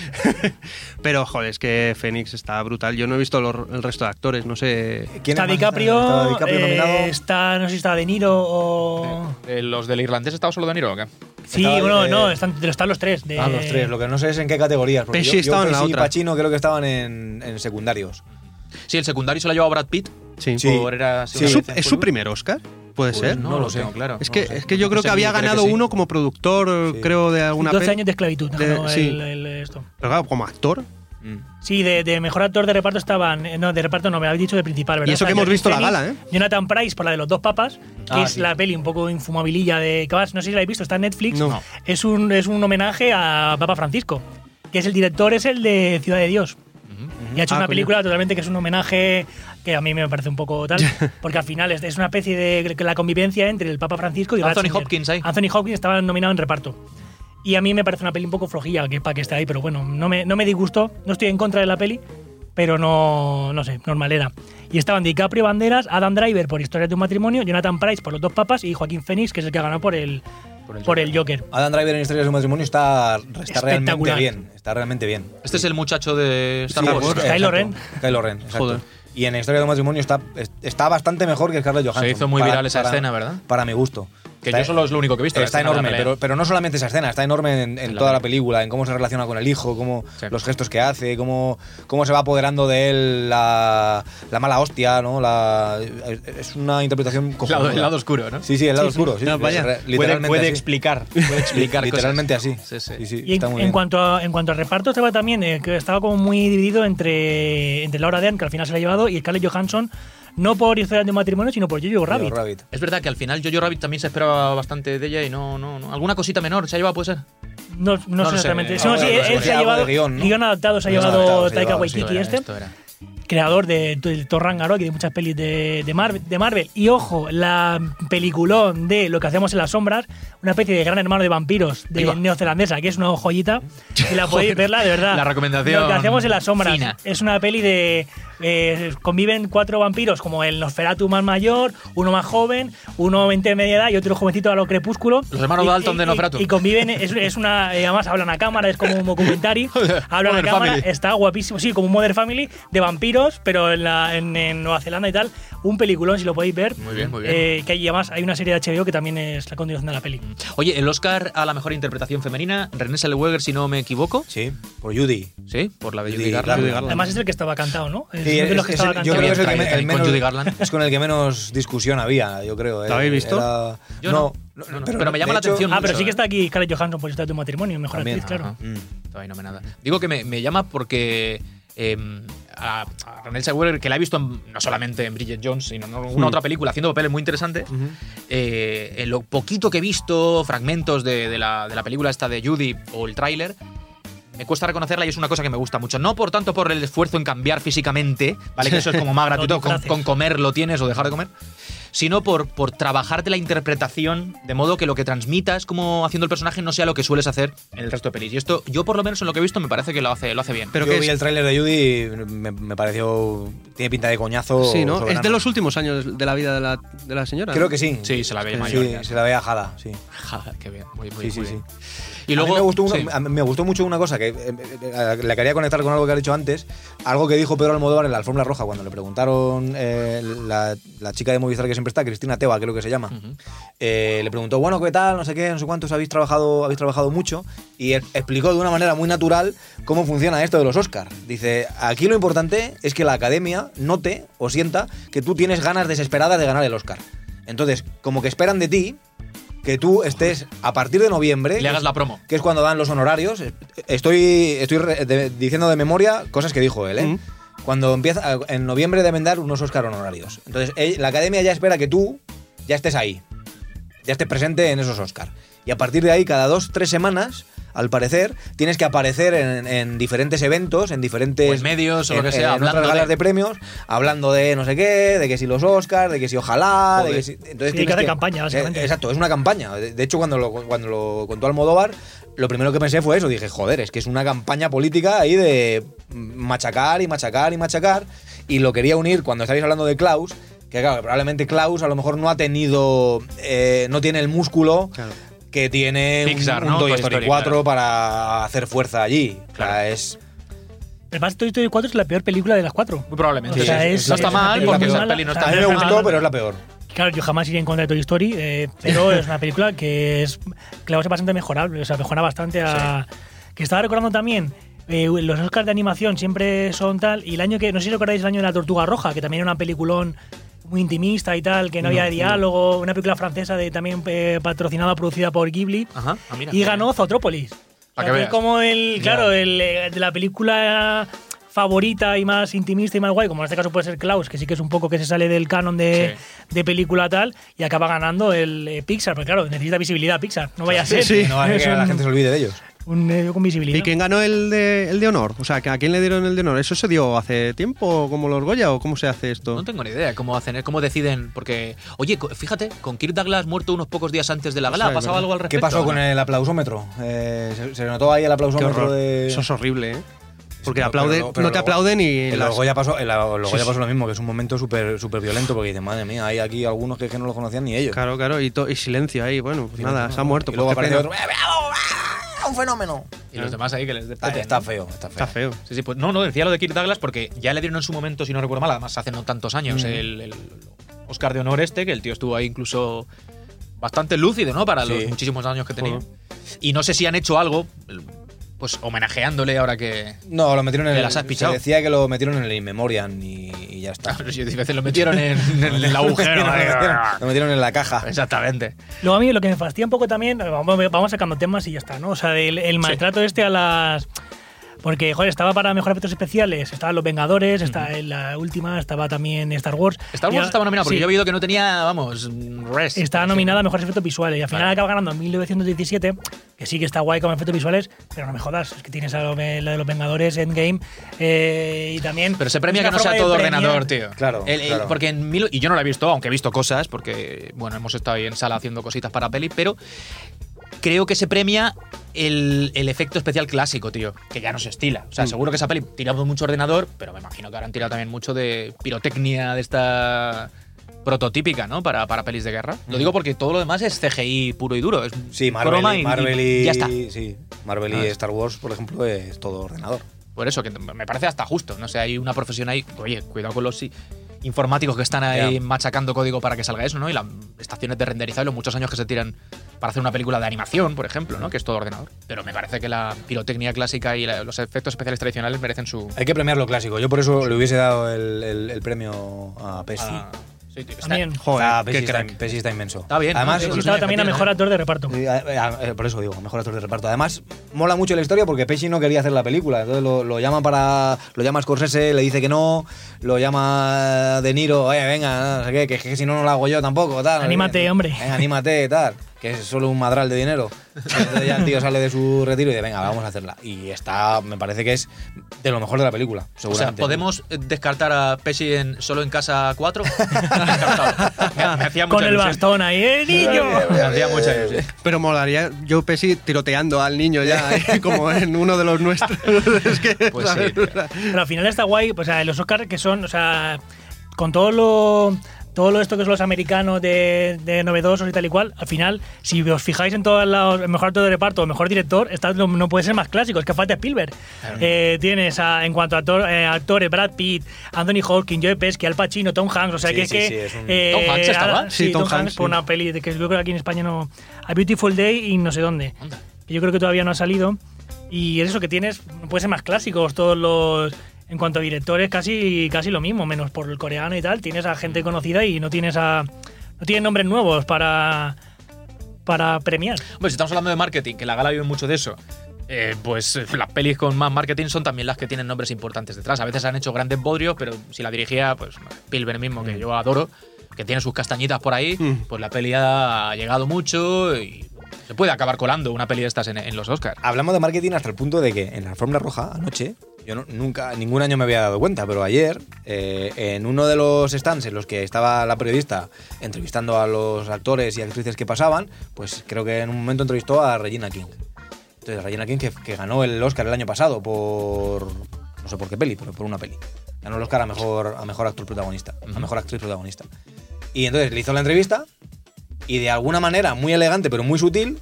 Pero, joder, es que Fénix está brutal. Yo no he visto el resto de actores, no sé. ¿Quién Está más DiCaprio, Estaba DiCaprio nominado. está, no sé si está De Niro o... ¿Los del irlandés estaba solo De Niro o qué? Sí, Estaba, bueno, no, están los tres. Ah, los tres. Lo que no sé es en qué categorías. Porque Pesci estaba en la Pesci y otra. Pacino creo que estaban en secundarios. Sí, el secundario se lo ha llevado Brad Pitt. Sí. Sí. Por era Sí. ¿Es su primer Oscar? ¿Puede ser? No, No lo lo sé. tengo claro. Es No que, lo sé. es que yo creo No que sé, había creo que ganado sí. uno como productor, Sí. creo, de alguna 12 peli. años de esclavitud. ganó sí. esto. Pero claro, como actor. Sí, de mejor actor de reparto estaban. No, de reparto no, me habéis dicho de principal, ¿verdad? Y eso O sea, que hemos Joaquin visto la Phoenix, gala, ¿eh? Jonathan Pryce por la de los dos papas, que Ah, es sí. la peli un poco infumabililla de. Que vas, no sé si la habéis visto, está en Netflix. No. Es un homenaje a Papa Francisco, que es el director, es el de Ciudad de Dios. Y ha hecho Ah, una coño. película totalmente que es un homenaje que a mí me parece un poco tal, porque al final es una especie de la convivencia entre el Papa Francisco y Anthony Ratzinger. Hopkins ahí. Anthony Hopkins estaba nominado en reparto. Y a mí me parece una peli un poco flojilla que para que esté ahí, pero bueno, no me disgustó. No estoy en contra de la peli, pero no sé, normalera. Y estaban DiCaprio, Banderas, Adam Driver por Historias de un matrimonio, Jonathan Pryce por Los dos papas y Joaquín Phoenix, que es el que ha ganado por el Joker. Adam Driver en Historias de un matrimonio está realmente Espectacular. bien. Está realmente bien. Este es el muchacho de Star Sí, Wars. exacto. Kylo Ren. Kylo Ren, exacto. Joder. Y en Historia de un matrimonio está bastante mejor que Scarlett Johansson. Se hizo muy viral esa escena, ¿verdad? Para mi gusto. Que yo solo es lo único que he visto. Está enorme, pero no solamente esa escena, está enorme en toda la película, en cómo se relaciona con el hijo, los gestos que hace, cómo se va apoderando de él la mala hostia, ¿no? Es una interpretación cojonuda. El lado oscuro, ¿no? Sí, el lado oscuro. Sí, no, vaya. Literalmente puede así. explicar Literalmente cosas. así. Sí. Y está muy en bien. cuanto al reparto, estaba también que estaba como muy dividido entre Laura Dern, que al final se la ha llevado, y Scarlett Johansson, no por Historia de un matrimonio, sino por Jojo Rabbit. Es verdad que al final Jojo Rabbit también se esperaba bastante de ella y no. ¿Alguna cosita menor se ha llevado, puede ser? No sé lo sé. exactamente. No, No, sí, pero él se ha algo llevado. de guión, ¿no? Guión adaptado se ha Guión llevado adaptado se ha Taika llevado, Waititi, Esto era. creador de Thor Ragnarok y de muchas pelis de Marvel. Y ojo, la peliculón de Lo que hacemos en las sombras, una especie de gran hermano de vampiros de neozelandesa, que es una joyita. Y la podéis verla, de verdad. La recomendación Lo que hacemos en las sombras. fina. Es una peli de. Conviven 4 vampiros, como el Nosferatu más mayor, uno más joven, uno de media edad y otro jovencito a lo crepúsculo. Los hermanos Dalton de Nosferatu. Y conviven, es una. Además, hablan a cámara, es como un documentary. Hablan a Modern cámara, Family. está guapísimo. Sí, como un Modern Family de vampiros, pero en Nueva Zelanda y tal. Un peliculón, si lo podéis ver. Muy bien, muy bien. Que además hay una serie de HBO que también es la continuación de la peli. Oye, el Oscar a la mejor interpretación femenina, Renée Zellweger, si no me equivoco. Sí, por Judy. Sí, por la de Judy Judy Garland. Garland. Además, es el que estaba cantado, ¿no? Es Sí, uno de los que estaba yo cantado. creo que es el que Ahí con menos, Judy Garland. es con el que menos discusión había, yo creo. ¿Lo habéis visto? Yo no, pero me llama de la hecho- atención. Pero mucho, sí que está aquí Scarlett Johansson por Historia de un matrimonio, mejor También, actriz, claro. Ajá. Todavía no me nada. Digo que me llama porque a Renée Zellweger, que la he visto no solamente en Bridget Jones, sino en alguna otra película, haciendo papeles muy interesantes, en lo poquito que he visto, fragmentos de la película esta de Judy o el tráiler, me cuesta reconocerla y es una cosa que me gusta mucho. No por tanto por el esfuerzo en cambiar físicamente, ¿vale? Que eso es como más gratuito, con comer lo tienes o dejar de comer, sino por trabajarte la interpretación de modo que lo que transmitas como haciendo el personaje no sea lo que sueles hacer en el resto de pelis. Y esto, yo por lo menos en lo que he visto, me parece que lo hace bien. Pero Yo que vi es, el tráiler de Judy, me pareció. Tiene pinta de coñazo. sí, ¿no? soberano. Es de los últimos años de la vida de la señora. Creo ¿no? que sí. Sí, se la ve mayor. Sí, ya. se la ve ajada, sí. Joder, qué bien, muy Sí, bien. sí. Y luego, a mí me gustó mucho una cosa que le quería conectar con algo que has dicho antes, algo que dijo Pedro Almodóvar en la Alfombra Roja cuando le preguntaron la chica de Movistar que siempre está, Cristina Teva, creo que se llama, le preguntó, bueno, ¿qué tal? No sé qué, no sé cuántos habéis trabajado mucho, y explicó de una manera muy natural cómo funciona esto de los Oscars. Dice, aquí lo importante es que la Academia note o sienta que tú tienes ganas desesperadas de ganar el Oscar. Entonces, como que esperan de ti que tú estés a partir de noviembre, le hagas la promo. que es cuando dan los honorarios. Estoy diciendo de memoria cosas que dijo él, ¿eh? Cuando empieza, en noviembre deben dar unos Oscar honorarios. Entonces, la Academia ya espera que tú ya estés ahí, ya estés presente en esos Oscar. Y a partir de ahí, cada 2-3 semanas, al parecer, tienes que aparecer en diferentes eventos, en diferentes O en medios o lo que sea, en hablando otras galas de- de premios, hablando de no sé qué, de que si los Oscars, de que si ojalá, Joder. de que si, entonces Sí, tienes que hace campaña, básicamente. exacto, es una campaña. De hecho, cuando lo contó Almodóvar, lo primero que pensé fue eso. Dije, joder, es que es una campaña política ahí de machacar y machacar y machacar. Y lo quería unir cuando estáis hablando de Klaus, que claro, que probablemente Klaus a lo mejor no ha tenido, no tiene el músculo Claro. que tiene Pixar, un ¿no? Toy Toy Story Story, 4 claro. para hacer fuerza allí. Claro. O sea, es... Además, Toy Story 4 es la peor película de las 4. Muy probablemente. O sea, Sí, es- no está es una mal, película porque muy esa mala. peli no O sea, está A mí me mal. gustó, pero es la peor. Claro, yo jamás iría en contra de Toy Story, pero es una película que es bastante mejorable, o sea, mejora bastante a... Que estaba recordando también, los Oscars de animación siempre son tal, y el año que, no sé si recordáis el año de La Tortuga Roja, que también era una peliculón muy intimista y tal, que no había diálogo, una película francesa también patrocinada, producida por Ghibli, Ajá. Ah, mira. y ganó Zootrópolis. O Para sea, que que veas. como de la película favorita y más intimista y más guay, como en este caso puede ser Klaus, que sí que es un poco que se sale del canon de película tal, y acaba ganando el Pixar, porque claro, necesita visibilidad Pixar, no vaya a ser. sí. No vale Es que la un- gente se olvide de ellos. con visibilidad. ¿Y quién ganó el de honor? O sea, ¿a quién le dieron el de honor? ¿Eso se dio hace tiempo, como los Goya, o cómo se hace esto? No tengo ni idea cómo hacen, cómo deciden, porque, oye, fíjate, con Kirk Douglas muerto unos pocos días antes de la gala, Sí, ¿ha pasado ¿verdad? algo al respecto? ¿Qué pasó ¿no? con el aplausómetro? Se notó ahí el Qué aplausómetro horror. de... Eso es horrible, ¿eh? Porque Pero- aplauden, pero- pero no te luego- aplauden y... En las- los Goya pasó, los Sí, Goya sí. pasó lo mismo, que es un momento súper violento, porque dices, madre mía, hay aquí algunos que no lo conocían ni ellos. Claro, claro, y silencio ahí. Bueno, pues Silencio, nada, ¿no? se ha muerto. Y luego pues qué aparece pena. otro, un fenómeno. Y los demás ahí que les Está, despeten. está feo, está feo. Está feo. Sí, sí, pues no, decía lo de Kirk Douglas porque ya le dieron en su momento, si no recuerdo mal, además hace no tantos años, el Oscar de honor que el tío estuvo ahí incluso bastante lúcido, ¿no? Para Sí. los muchísimos años que tenía. Y no sé si han hecho algo, pues homenajeándole ahora que... No, lo metieron en ¿Que las has pichado? Se decía que lo metieron en el In Memoriam y ya está. Yo a veces lo metieron en el agujero. Lo metieron en la caja. Exactamente. Luego a mí lo que me fastidia un poco también, vamos sacando temas y ya está, ¿no? O sea, el maltrato a las... Porque, joder, estaba para mejores efectos especiales, estaban Los Vengadores, está en la última, estaba también Star Wars. Star Wars estaba nominada porque sí, yo he oído que no tenía, vamos, rest. estaba nominada a mejores efectos visuales y al final Vale. acaba ganando en 1917, que sí que está guay con efectos visuales, pero no me jodas, es que tienes a la de Los Vengadores, Endgame, y también... Pero se premia es que una no sea forma de todo premiar- ordenador, tío. Claro, claro. Porque y yo no lo he visto, aunque he visto cosas, porque, bueno, hemos estado ahí en sala haciendo cositas para peli, pero creo que se premia el efecto especial clásico, tío, que ya no se estila. O sea, seguro que esa peli tiramos mucho ordenador, pero me imagino que habrán tirado también mucho de pirotecnia de esta prototípica, ¿no? Para pelis de guerra. Lo digo porque todo lo demás es CGI puro y duro. Es Sí, croma Marvel y ya está. Sí, Marvel y Star Wars, por ejemplo, es todo ordenador. Por eso, que me parece hasta justo. No sé, hay una profesión ahí. Oye, cuidado con los informáticos que están ahí Ya. machacando código para que salga eso, ¿no? Y las estaciones de renderizado y los muchos años que se tiran para hacer una película de animación, por ejemplo, ¿no? Que es todo ordenador. Pero me parece que la pirotecnia clásica y los efectos especiales tradicionales merecen su... Hay que premiar lo clásico. Yo por eso le hubiese dado el premio a Pesci. Sí, tío, está, También. Joder, Pesci qué crack. Pesci está inmenso. Está bien, Además, ¿no? Sí, Sí, estaba sí, también a bien, mejor actor de reparto. por eso digo, mejor actor de reparto. Además, mola mucho la historia porque Pesci no quería hacer la película. Entonces lo llama Scorsese, le dice que no, lo llama De Niro, oye, venga, no sé qué, que si no, no lo hago yo tampoco, tal. Anímate, hombre. Venga, anímate, tal. Que es solo un madral de dinero. Entonces ya el tío sale de su retiro y dice, venga, vamos a hacerla. Y me parece que es de lo mejor de la película, O sea, seguramente. ¿podemos descartar a Pesci en Solo en Casa 4? Descartado. Me hacía mucha Con el ilusión. bastón ahí, niño! Me hacía mucha ilusión. Pero molaría yo Pesci tiroteando al niño ya, como en uno de los nuestros. Es que, Pues ¿sabes? sí, tío. Pero al final está guay, pues, o sea, los Oscars que son, o sea, con todo lo esto que son los americanos de novedosos y tal y cual, al final, si os fijáis en todos los, el mejor actor de reparto o mejor director, no puede ser más clásico, es que falta Spielberg. Tienes en cuanto a actores, Brad Pitt, Anthony Hopkins, Joe Pesci, Al Pacino, Tom Hanks, o sea Sí, que es sí, que... sí, es un- ¿Tom Hanks estaba? Sí, Sí, Tom Tom Hanks Hanks, por sí. una peli que yo creo que aquí en España no... A Beautiful Day y no sé dónde. Que yo creo que todavía no ha salido. Y es eso que tienes, no puede ser más clásicos todos los... En cuanto a directores, casi lo mismo, menos por el coreano y tal. Tienes a gente conocida y no tienes nombres nuevos para premiar. Hombre, si estamos hablando de marketing, que la gala vive mucho de eso, pues las pelis con más marketing son también las que tienen nombres importantes detrás. A veces han hecho grandes bodrios, pero si la dirigía, pues Spielberg mismo, que yo adoro, que tiene sus castañitas por ahí, pues la peli ha llegado mucho y se puede acabar colando una peli de estas en los Oscars. Hablamos de marketing hasta el punto de que en la alfombra roja, anoche, yo ningún año me había dado cuenta, pero ayer, en uno de los stands en los que estaba la periodista entrevistando a los actores y actrices que pasaban, pues creo que en un momento entrevistó a Regina King. Entonces, Regina King que ganó el Oscar el año pasado por... no sé por qué peli, pero por una peli. Ganó el Oscar a mejor actor protagonista, a mejor actriz protagonista. Y entonces le hizo la entrevista y de alguna manera muy elegante pero muy sutil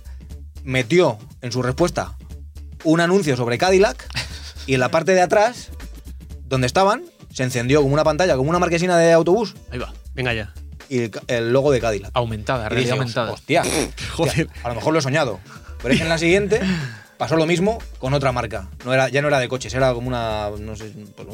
metió en su respuesta un anuncio sobre Cadillac y en la parte de atrás, donde estaban, se encendió como una pantalla, como una marquesina de autobús Ahí va. Venga ya. y el logo de Cadillac. Aumentada, Y realidad dije, aumentada. hostia, Joder. a lo mejor lo he soñado. Pero es que en la siguiente pasó lo mismo con otra marca. Ya no era de coches, era como una, no sé,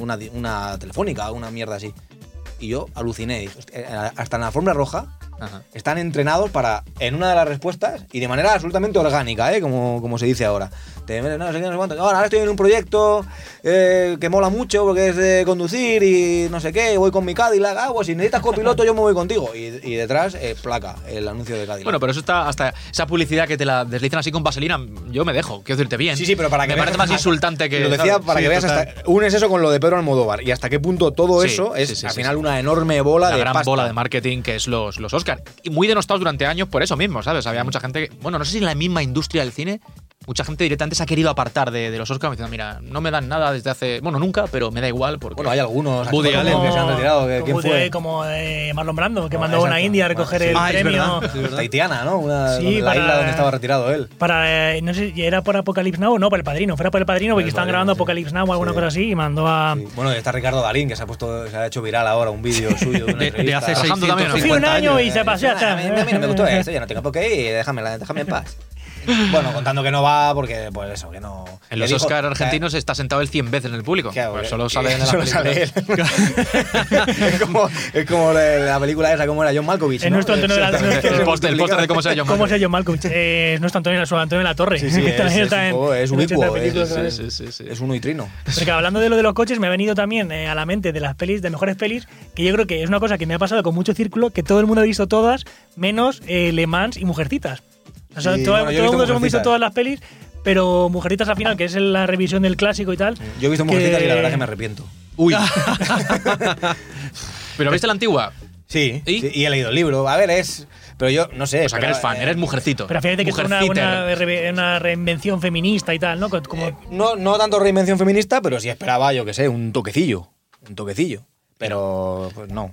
una telefónica, una mierda así. Y yo aluciné. Dije, hostia, hasta en la alfombra roja Ajá. están entrenados para, en una de las respuestas, y de manera absolutamente orgánica, como se dice ahora. No sé qué, no sé cuánto. Ahora estoy en un proyecto que mola mucho porque es de conducir y no sé qué, voy con mi Cadillac. Pues si necesitas copiloto yo me voy contigo. Y detrás, placa, el anuncio de Cadillac. Bueno, pero eso está hasta esa publicidad que te la deslizan así con vaselina, yo me dejo, quiero decirte bien. Sí, pero para que me veas parece más hasta- insultante que... Lo decía ¿sabes? para Sí, que veas total. hasta... Unes eso con lo de Pedro Almodóvar y hasta qué punto todo Sí, eso es sí, sí, al sí, final sí. una enorme bola La de gran pasta. bola de marketing que es los Oscars. Y muy denostados durante años por eso mismo, ¿sabes? Había mucha gente que, bueno, no sé si en la misma industria del cine, mucha gente directamente se ha querido apartar de los Oscars diciendo, mira, no me dan nada desde hace... Bueno, nunca, pero me da igual porque... Bueno, hay algunos Woody actores Allen que se han retirado. ¿Quién fue? Como Marlon Brando, que No, mandó a una exacto. India a recoger Sí. el Ah, es premio. verdad. Sí, ¿verdad? Tahitiana, ¿no? Sí, la para- isla donde estaba retirado él. Para, no sé, ¿era por Apocalypse Now o no? Por El Padrino. Fuera por El Padrino, porque El estaban Padrino, grabando sí. Apocalypse Now o alguna Sí. cosa así y mandó a... Sí. Bueno, está Ricardo Darín, que se ha hecho viral ahora un vídeo suyo de una De entrevista. hace Trabajando también, ¿no? Fui 650 un año años. y se pasea. A mí no me gustó esto, yo no tengo por qué ir, déjame en paz. Bueno, contando que no va porque, pues eso, que no... En los que dijo- Oscar argentinos está sentado él 100 veces en el público. que- Pues que- solo que sale en la solo película. sale él. es como la película esa, como era John Malkovich, Es ¿no? nuestro Antonio de la- El póster de cómo se llama. ¿Cómo se llama Malcolm? Es nuestro Antonio de la Torre. Sí, sí, que también está es en 80 ubicuo, películas, es- ¿sabes? Sí, sí, sí. Es un uitrino. Porque hablando de lo de los coches, me ha venido también a la mente de las pelis, de mejores pelis, que yo creo que es una cosa que me ha pasado con mucho círculo, que todo el mundo ha visto todas, menos Le Mans y Mujercitas. O sea, Sí, todo bueno, yo he el visto mundo hemos visto Mujercitas. todas las pelis, pero Mujercitas al final, que es la revisión del clásico y tal. Yo he visto que- Mujercitas y la verdad que me arrepiento. Uy, ¿Pero viste la antigua? Sí, ¿Y? sí, y he leído el libro. A ver, pero yo no sé. O sea, que pero, eres fan, eres mujercito. Pero fíjate que es Mujerciter. una reinvención feminista y tal, ¿no? Como, no tanto reinvención feminista, pero sí esperaba, yo que sé, un toquecillo. Pero, pues no.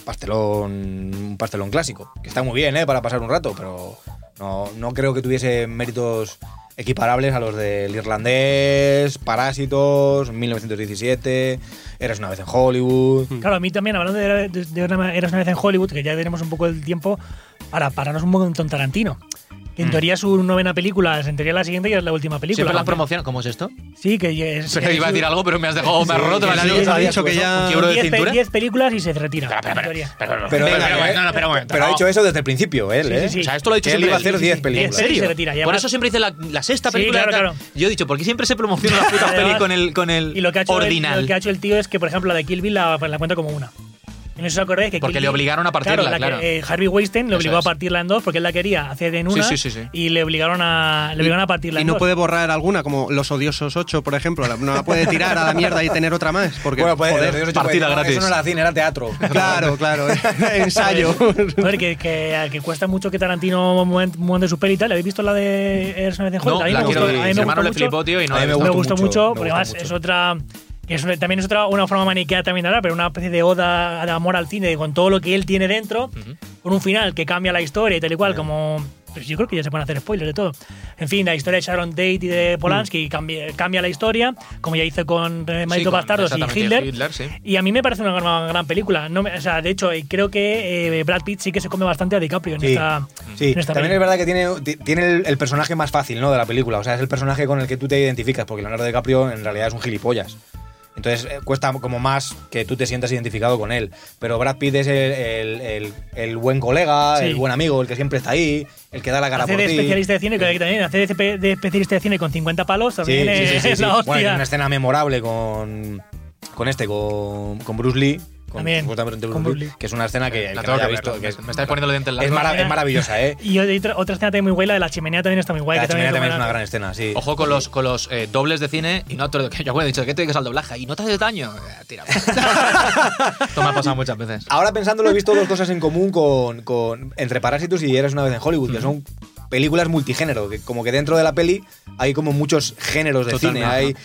Un pastelón clásico. Que está muy bien, para pasar un rato, pero no creo que tuviese méritos equiparables a los del Irlandés, Parásitos, 1917, Eras una vez en Hollywood. Claro, a mí también, hablando de Eras una vez en Hollywood, que ya tenemos un poco el tiempo para pararnos un poco en Tarantino. Que en teoría es su 9ª película, en teoría la siguiente ya es la última película. Siempre la promoción. ¿Cómo es esto? Sí, que es. Pero iba a decir algo, pero me has dejado, me has roto. sí, me has sí, dicho- sí, ha dicho que ya... ¿Un quiebro de cintura? 10 películas y se retira. Pero, en teoría. Pero, venga, venga, no, espera un momento. pero ha dicho eso desde el principio, él, Sí, ¿eh? sí, sí. O sea, esto lo ha dicho Que él siempre iba a hacer él. 10 Sí, películas. sí, se retira. Y Por además- eso siempre dice la sexta Sí, película. claro, de- claro. Yo he dicho, ¿por qué siempre se promociona la puta Además, peli con el Y lo que ha hecho ordinal? lo que ha hecho el tío es que, por ejemplo, la de Kill Bill la cuenta como una. Y no sé si os acordáis que Porque Kill le Bill- obligaron a partirla, la que, claro. Harvey Weinstein le Eso obligó es. a partirla en dos porque él la quería hacer en una Sí, sí, sí, sí. y le obligaron a partirla Y en no dos. puede borrar alguna, como Los Odiosos 8, por ejemplo. No la puede tirar a la mierda y tener otra más. Porque, Bueno, pues, joder, Dios, partida no, gratis. Eso no era cine, era teatro. claro, ensayo. A ver, que cuesta mucho que Tarantino monte su peli y tal. ¿Habéis visto la de Eras una vez en Hollywood? No, A mí la me quiero gustó- ver. a mí Mi me hermano gustó le mucho. flipó, tío, y no A mí la he me Me visto. gustó mucho, porque me además gustó es mucho. otra. También es una forma maniquea también de hablar, pero una especie de oda de amor al cine, con todo lo que él tiene dentro, con un final que cambia la historia y tal y cual, como. Pues yo creo que ya se pueden hacer spoilers de todo. En fin, la historia de Sharon Tate y de Polanski cambia la historia, como ya hizo con Malditos con- Bastardos y exactamente, Hitler. sí. Y a mí me parece una gran película. O sea, de hecho, creo que Brad Pitt sí que se come bastante a DiCaprio en Sí, esta. sí. en esta También peli. es verdad que tiene el personaje más fácil, ¿no? De la película. O sea, es el personaje con el que tú te identificas, porque Leonardo DiCaprio en realidad es un gilipollas. Entonces cuesta como más que tú te sientas identificado con él. Pero Brad Pitt es el buen colega, Sí. el buen amigo, el que siempre está ahí, el que da la cara Hacer por de ti. especialista de cine, que también hacer de especialista de cine con 50 palos Sí, también es la hostia. Bueno, hay una escena memorable con Bruce Lee. También, Supuestamente con Bruce Bruce Lee, Lee. que es una escena que el La que tengo no haya que visto. ver. Que es, Me estáis poniendo los dientes es largos. es maravillosa, ¿eh? Y otra escena también muy guay, la de la chimenea también está muy guay. La que chimenea también es buena. una gran escena, sí. Ojo con los dobles de cine y no te lo que yo he dicho, ¿qué te dedicas al doblaje? ¿Y no te haces daño? Tira. Esto me ha pasado muchas veces. Ahora pensándolo, he visto dos cosas en común entre Parásitos y Eras una vez en Hollywood, que son películas multigénero, que como que dentro de la peli hay como muchos géneros de Totalmente. cine.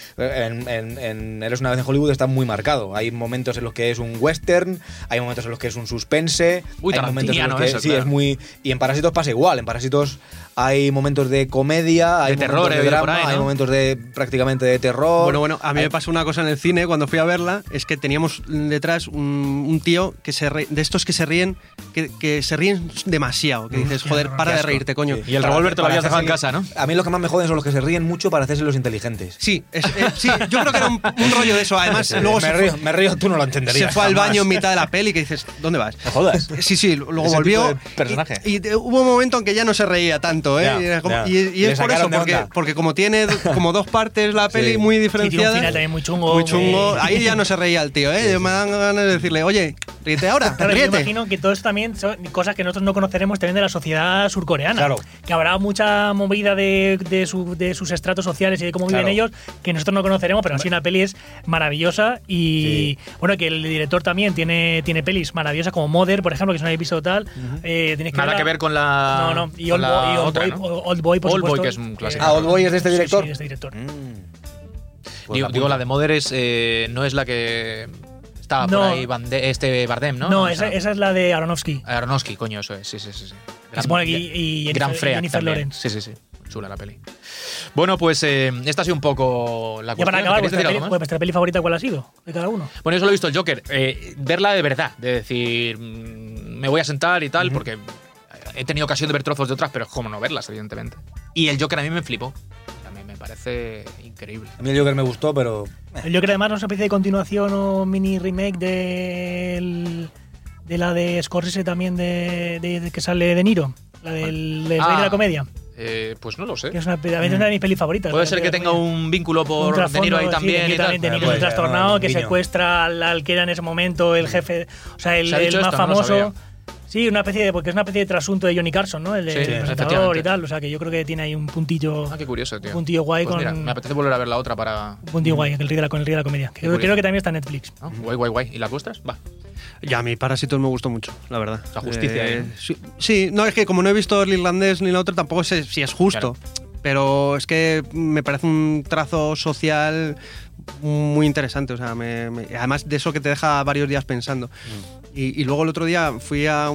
En Eres una vez en Hollywood está muy marcado. Hay momentos en los que es un western, hay momentos en los que es un suspense, Uy, hay momentos en los tarantiniano que eso, sí, claro. es muy. Y en Parásitos pasa igual. En Parásitos hay momentos de comedia, hay De terror, momentos he de oído drama, por ahí, ¿no? hay momentos de prácticamente de terror. Bueno, a mí me pasó una cosa en el cine cuando fui a verla, es que teníamos detrás un tío que de estos que se ríen, que se ríen demasiado, que dices, joder, para de reírte, coño. Sí. Y el revólver te lo habías dejado en casa, ¿no? A mí los que más me joden son los que se ríen mucho para hacerse los inteligentes. Sí, sí, yo creo que era un rollo de eso. Además, luego me río, tú no lo entenderías. se fue al jamás. baño en mitad de la peli que dices, ¿dónde vas? ¿Me jodas? Sí, luego Ese volvió. tipo de personaje. Y hubo un momento en que ya no se reía tanto, ¿eh? Ya, Y era como- ya. y Le es por eso, sacaron de onda. porque como tiene como dos partes la peli Sí. muy Sí, tiene un diferenciadas. final también muy chungo. Muy chungo. Ahí ya no se reía el tío, ¿eh? Yo me dan ganas de decirle, oye, ríete ahora, Claro, yo ríete. imagino que todo esto también son cosas que nosotros no conoceremos también de la sociedad surcoreana. Claro. Que habrá mucha movida de sus estratos sociales y de cómo viven Claro. ellos que nosotros no conoceremos, pero así una peli es maravillosa y bueno, que el director también tiene pelis maravillosas como Mother, por ejemplo, que si no habéis visto tal. Tenéis Nada que ver con la. No, y con Old la Boy, otra, ¿no? Old Boy, por Old Boy, supuesto. que es un clásico. Ah, Old Boy es de este Sí, director. Sí, de este director. Pues Digo, la de Mother no es la que estaba No. por ahí Bardem, ¿no? No, O sea, esa es la de Aronofsky. Aronofsky, coño, eso es. Sí. Que se pone aquí y Gran Jennifer, Freak Jennifer también. Lawrence. Sí. Chula la peli. Bueno, pues esta ha sido un poco la Ya cuestión. para acabar, ¿Queréis decir algo más? vuestra peli favorita, ¿cuál ha sido? De cada uno. Bueno, yo solo he visto el Joker. Verla de verdad, de decir, me voy a sentar y tal, porque he tenido ocasión de ver trozos de otras, pero es como no verlas, evidentemente. Y el Joker a mí me flipó. A mí me parece increíble. A mí el Joker me gustó, pero El Joker además no es una especie de continuación o mini remake de la de Scorsese también de que sale De Niro, la del Rey de la Comedia, Pues no lo sé. que es una de mis pelis favoritas. Puede la ser de que la tenga comedia. un vínculo por Un De Niro ahí trasfondo, también sí, y tal. De Niro Puede es ser, trastornado, ¿no? que Guiño. secuestra al que era en ese momento el jefe, o sea, el ¿Se ha dicho más esto? No lo famoso. sabía. Sí, porque es una especie de trasunto de Johnny Carson, ¿no? El Sí, presentador efectivamente. y tal. O sea, que yo creo que tiene ahí un puntillo, Ah, qué curioso, tío. un puntillo guay Pues mira, con me apetece volver a ver la otra para. un puntillo guay, con el Rey de la Comedia. Que curioso. creo que también está en Netflix. ¿No? Guay. ¿Y las vuestras? Va. Y a mí Parásitos me gustó mucho, la verdad. La justicia ahí, ¿no? Sí, no, es que como no he visto el irlandés ni la otra, tampoco sé si es justo. Pero es que me parece un trazo social muy interesante. O sea, además de eso que te deja varios días pensando. Y luego el otro día fui a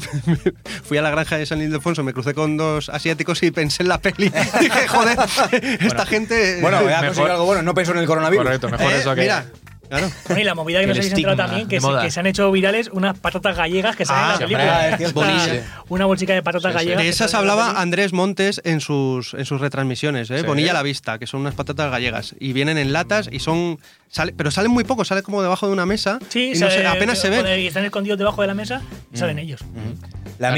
fui a la granja de San Ildefonso, me crucé con dos asiáticos y pensé en la peli. Dije, joder, esta gente. bueno, ya Mejor. conseguido algo bueno, no pensó en el coronavirus. Correcto, mejor eso que. Mira, claro. Bueno, y la movida que El nos habéis entrado estigma también, de moda. que se han hecho virales unas patatas gallegas que salen en la sí, película. hombre, es cierto. Bonilla. Una bolsica de patatas Sí, sí. gallegas. De que esas salen en la hablaba peli. Andrés Montes en sus retransmisiones, Sí. Bonilla a la vista, que son unas patatas gallegas. Y vienen en latas y pero salen muy poco, salen como debajo de una mesa. Sí, y apenas se ven. Y están escondidos debajo de la mesa y salen ellos. La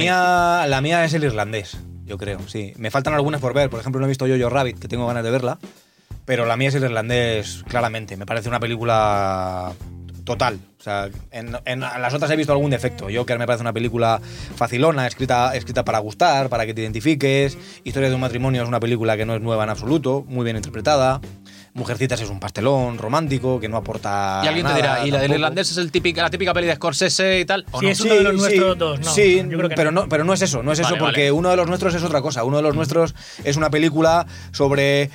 mía es el irlandés, yo creo, sí. Me faltan algunas por ver. Por ejemplo, no he visto Jojo Rabbit, que tengo ganas de verla. Pero la mía es el irlandés, claramente. Me parece una película total. O sea, en las otras he visto algún defecto. Joker me parece una película facilona, escrita para gustar, para que te identifiques. Historia de un matrimonio es una película que no es nueva en absoluto, muy bien interpretada. Mujercitas es un pastelón romántico que no aporta Y alguien te nada, dirá, ¿y la del tampoco. irlandés es la típica peli de Scorsese y tal? ¿O Sí, no? es uno de los nuestros dos, no. Sí, yo creo que pero no es eso, Vale, porque vale. uno de los nuestros es otra cosa. Uno de los nuestros es una película sobre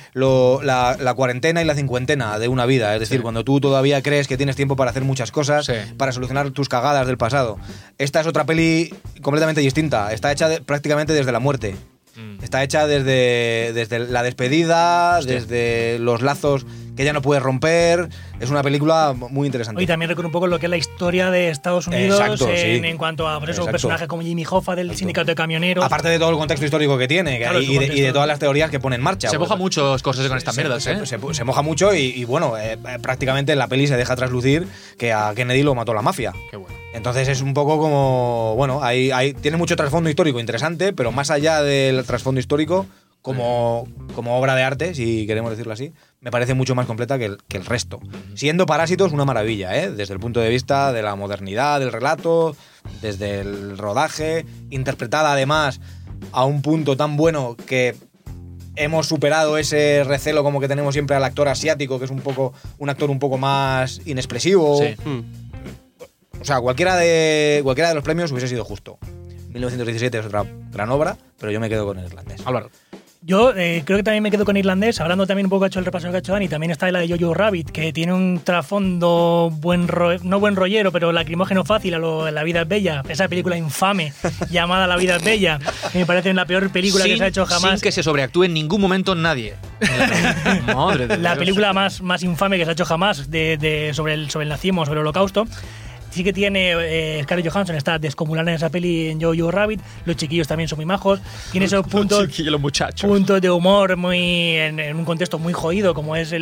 la cuarentena y la cincuentena de una vida. Es decir, Sí. cuando tú todavía crees que tienes tiempo para hacer muchas cosas, Sí. para solucionar tus cagadas del pasado. Esta es otra peli completamente distinta. Está hecha prácticamente desde la muerte. Está hecha desde la despedida, Hostia. desde los lazos que ya no puedes romper. Es una película muy interesante. Y también recuerda un poco lo que es la historia de Estados Unidos Exacto, sí. en cuanto a por eso, Exacto. personajes como Jimmy Hoffa del Exacto. sindicato de camioneros. Aparte de todo el contexto histórico que tiene Claro, y su de contexto. todas las teorías que pone en marcha. Se Pues, moja mucho Scorsese con estas mierdas, ¿eh? se moja mucho y bueno, prácticamente en la peli se deja traslucir que a Kennedy lo mató la mafia. Qué bueno. Entonces es un poco como, bueno, tiene mucho trasfondo histórico interesante, pero más allá del trasfondo histórico, como obra de arte, si queremos decirlo así, me parece mucho más completa que el resto. Siendo Parásitos una maravilla, desde el punto de vista de la modernidad del relato, desde el rodaje, interpretada además a un punto tan bueno que hemos superado ese recelo como que tenemos siempre al actor asiático, que es un actor un poco más inexpresivo. Sí. O sea, cualquiera de los premios hubiese sido justo. 1917 es otra gran obra, pero yo me quedo con el irlandés. Álvaro. Yo creo que también me quedo con Irlandés, hablando también un poco, ha hecho el repaso que ha hecho Dani, también está la de Jojo Rabbit, que tiene un trasfondo no buen rollero, pero lacrimógeno fácil a La vida es bella, esa película infame llamada La vida es bella, que me parece la peor película que se ha hecho jamás. Sin que se sobreactúe en ningún momento nadie. Madre de La Dios. película más infame que se ha hecho jamás sobre el nazismo, sobre el holocausto. Sí que tiene Scarlett Johansson, está descomunal en esa peli en Jojo Rabbit. Los chiquillos también son muy majos. Tiene esos puntos Los muchachos. puntos de humor muy en un contexto muy jodido, como es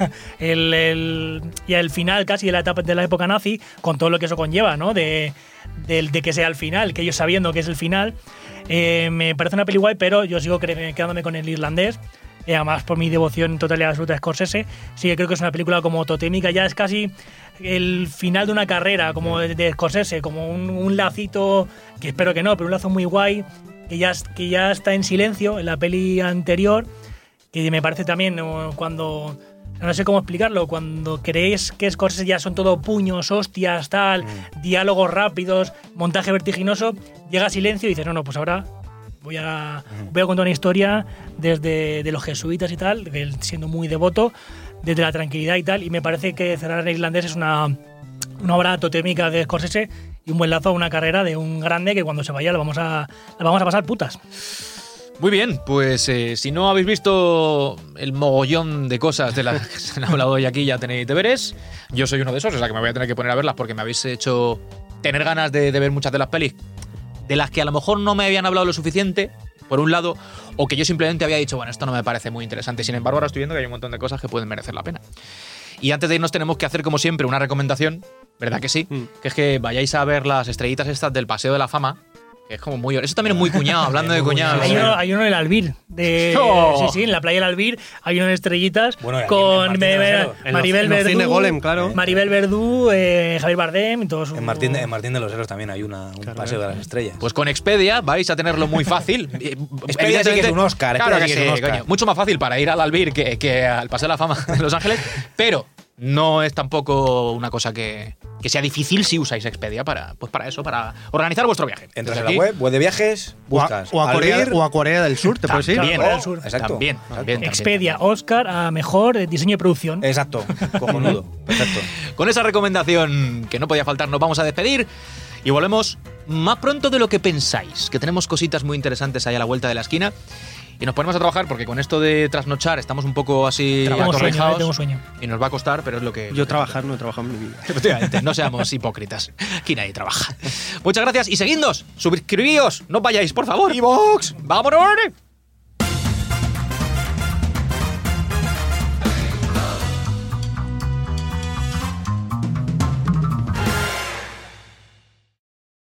el final casi de la época nazi, con todo lo que eso conlleva, ¿no? De que sea el final, que ellos sabiendo que es el final. Me parece una peli guay, pero yo sigo quedándome con el irlandés. y además por mi devoción total y absoluta a Scorsese, sí que creo que es una película como totémica, ya es casi el final de una carrera como de Scorsese, como un lacito, que espero que no, pero un lazo muy guay, que ya está en silencio en la peli anterior, que me parece también cuando... No sé cómo explicarlo, cuando creéis que Scorsese ya son todo puños, hostias, tal, diálogos rápidos, montaje vertiginoso, llega silencio y dices, no, pues ahora voy a contar una historia desde de los jesuitas y tal, él siendo muy devoto, desde la tranquilidad y tal, y me parece que Cerrar en Irlandés es una obra totémica de Scorsese y un buen lazo a una carrera de un grande que cuando se vaya la vamos a pasar putas. Muy bien, pues si no habéis visto el mogollón de cosas de las que se han hablado hoy aquí, ya tenéis deberes. Yo soy uno de esos, o sea que me voy a tener que poner a verlas porque me habéis hecho tener ganas de ver muchas de las pelis de las que a lo mejor no me habían hablado lo suficiente, por un lado, o que yo simplemente había dicho, bueno, esto no me parece muy interesante. Sin embargo, ahora estoy viendo que hay un montón de cosas que pueden merecer la pena. Y antes de irnos tenemos que hacer, como siempre, una recomendación, ¿verdad que sí? Que es que vayáis a ver las estrellitas estas del Paseo de la Fama, que es como muy... Eso también es muy cuñado, hablando de cuñado. Hay uno en el Albir. Sí, en la playa del Albir hay uno en Estrellitas con Maribel Verdú, Golem, claro. Maribel Verdú, Javier Bardem y todos. En Martín de los Heros también hay un paseo de las estrellas. Pues con Expedia vais a tenerlo muy fácil. Expedia sí que es un Oscar. Claro que sí, coño. Mucho más fácil para ir al Albir que al Paseo de la Fama de Los Ángeles, pero no es tampoco una cosa que sea difícil si usáis Expedia para eso, para organizar vuestro viaje. Entras en la web de viajes, buscas o a Corea del Sur, te puedes ir. También, Corea del Sur. Exacto. También. Expedia, Oscar a mejor diseño y producción. Exacto, cojonudo. Perfecto. Con esa recomendación que no podía faltar, nos vamos a despedir y volvemos más pronto de lo que pensáis, que tenemos cositas muy interesantes ahí a la vuelta de la esquina. Y nos ponemos a trabajar porque con esto de trasnochar estamos un poco así atorrejados. Tengo sueño. Y nos va a costar, pero es lo que... Yo trabajar no he trabajado en mi vida. Efectivamente, no seamos hipócritas. Aquí nadie trabaja. Muchas gracias y seguidnos, suscribíos, no os vayáis, por favor. ¡Ivox! ¡Vámonos!